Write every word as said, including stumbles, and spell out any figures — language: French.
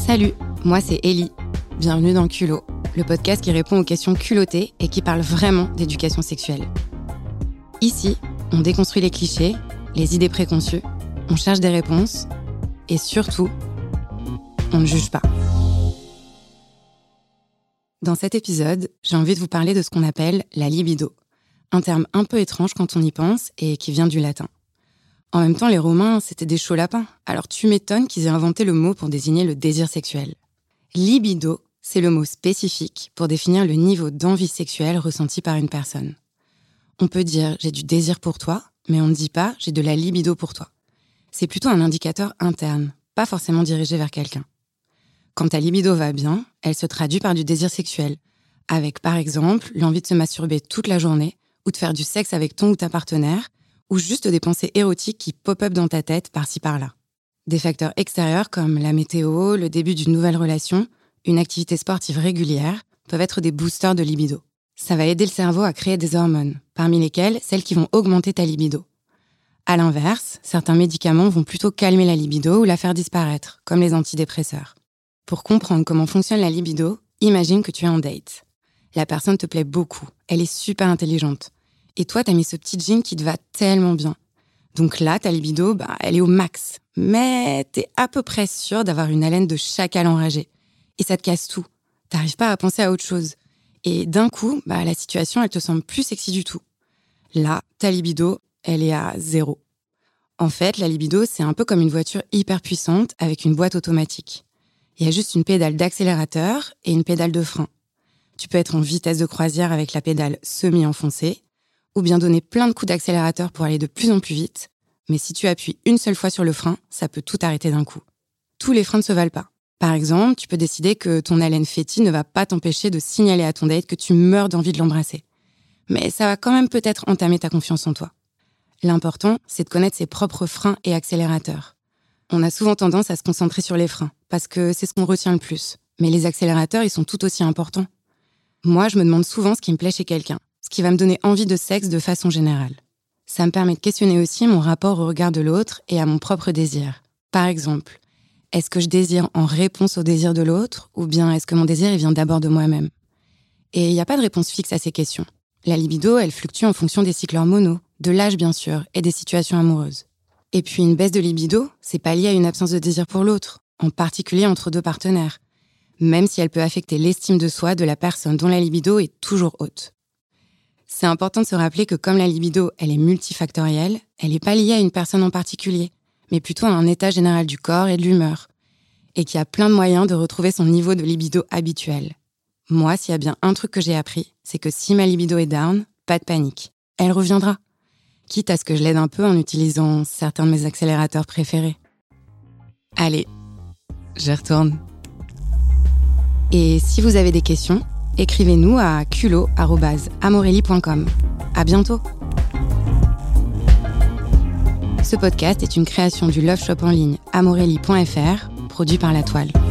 Salut, moi c'est Ellie. Bienvenue dans Culot, le podcast qui répond aux questions culottées et qui parle vraiment d'éducation sexuelle. Ici, on déconstruit les clichés, les idées préconçues, on cherche des réponses et surtout, on ne juge pas. Dans cet épisode, j'ai envie de vous parler de ce qu'on appelle la libido, un terme un peu étrange quand on y pense et qui vient du latin. En même temps, les Romains, c'était des chauds lapins, alors tu m'étonnes qu'ils aient inventé le mot pour désigner le désir sexuel. Libido, c'est le mot spécifique pour définir le niveau d'envie sexuelle ressenti par une personne. On peut dire « j'ai du désir pour toi », mais on ne dit pas « j'ai de la libido pour toi ». C'est plutôt un indicateur interne, pas forcément dirigé vers quelqu'un. Quand ta libido va bien, elle se traduit par du désir sexuel, avec par exemple l'envie de se masturber toute la journée ou de faire du sexe avec ton ou ta partenaire, ou juste des pensées érotiques qui pop-up dans ta tête par-ci par-là. Des facteurs extérieurs comme la météo, le début d'une nouvelle relation, une activité sportive régulière peuvent être des boosters de libido. Ça va aider le cerveau à créer des hormones, parmi lesquelles celles qui vont augmenter ta libido. À l'inverse, certains médicaments vont plutôt calmer la libido ou la faire disparaître, comme les antidépresseurs. Pour comprendre comment fonctionne la libido, imagine que tu es en date. La personne te plaît beaucoup, elle est super intelligente. Et toi, t'as mis ce petit jean qui te va tellement bien. Donc là, ta libido, bah, elle est au max. Mais t'es à peu près sûr d'avoir une haleine de chacal enragé. Et ça te casse tout. T'arrives pas à penser à autre chose. Et d'un coup, bah, la situation, elle te semble plus sexy du tout. Là, ta libido, elle est à zéro. En fait, la libido, c'est un peu comme une voiture hyper puissante avec une boîte automatique. Il y a juste une pédale d'accélérateur et une pédale de frein. Tu peux être en vitesse de croisière avec la pédale semi-enfoncée, ou bien donner plein de coups d'accélérateur pour aller de plus en plus vite, mais si tu appuies une seule fois sur le frein, ça peut tout arrêter d'un coup. Tous les freins ne se valent pas. Par exemple, tu peux décider que ton haleine fétide ne va pas t'empêcher de signaler à ton date que tu meurs d'envie de l'embrasser. Mais ça va quand même peut-être entamer ta confiance en toi. L'important, c'est de connaître ses propres freins et accélérateurs. On a souvent tendance à se concentrer sur les freins, parce que c'est ce qu'on retient le plus. Mais les accélérateurs, ils sont tout aussi importants. Moi, je me demande souvent ce qui me plaît chez quelqu'un, ce qui va me donner envie de sexe de façon générale. Ça me permet de questionner aussi mon rapport au regard de l'autre et à mon propre désir. Par exemple, est-ce que je désire en réponse au désir de l'autre ou bien est-ce que mon désir il vient d'abord de moi-même? Et il n'y a pas de réponse fixe à ces questions. La libido, elle fluctue en fonction des cycles hormonaux, de l'âge bien sûr et des situations amoureuses. Et puis une baisse de libido, c'est pas lié à une absence de désir pour l'autre, en particulier entre deux partenaires, même si elle peut affecter l'estime de soi de la personne dont la libido est toujours haute. C'est important de se rappeler que comme la libido, elle est multifactorielle, elle n'est pas liée à une personne en particulier, mais plutôt à un état général du corps et de l'humeur, et qu'il y a plein de moyens de retrouver son niveau de libido habituel. Moi, s'il y a bien un truc que j'ai appris, c'est que si ma libido est down, pas de panique. Elle reviendra. Quitte à ce que je l'aide un peu en utilisant certains de mes accélérateurs préférés. Allez, je retourne. Et si vous avez des questions, écrivez-nous à culot arobase amorelli point com. À bientôt. Ce podcast est une création du love shop en ligne amorelli point f r, produit par La Toile.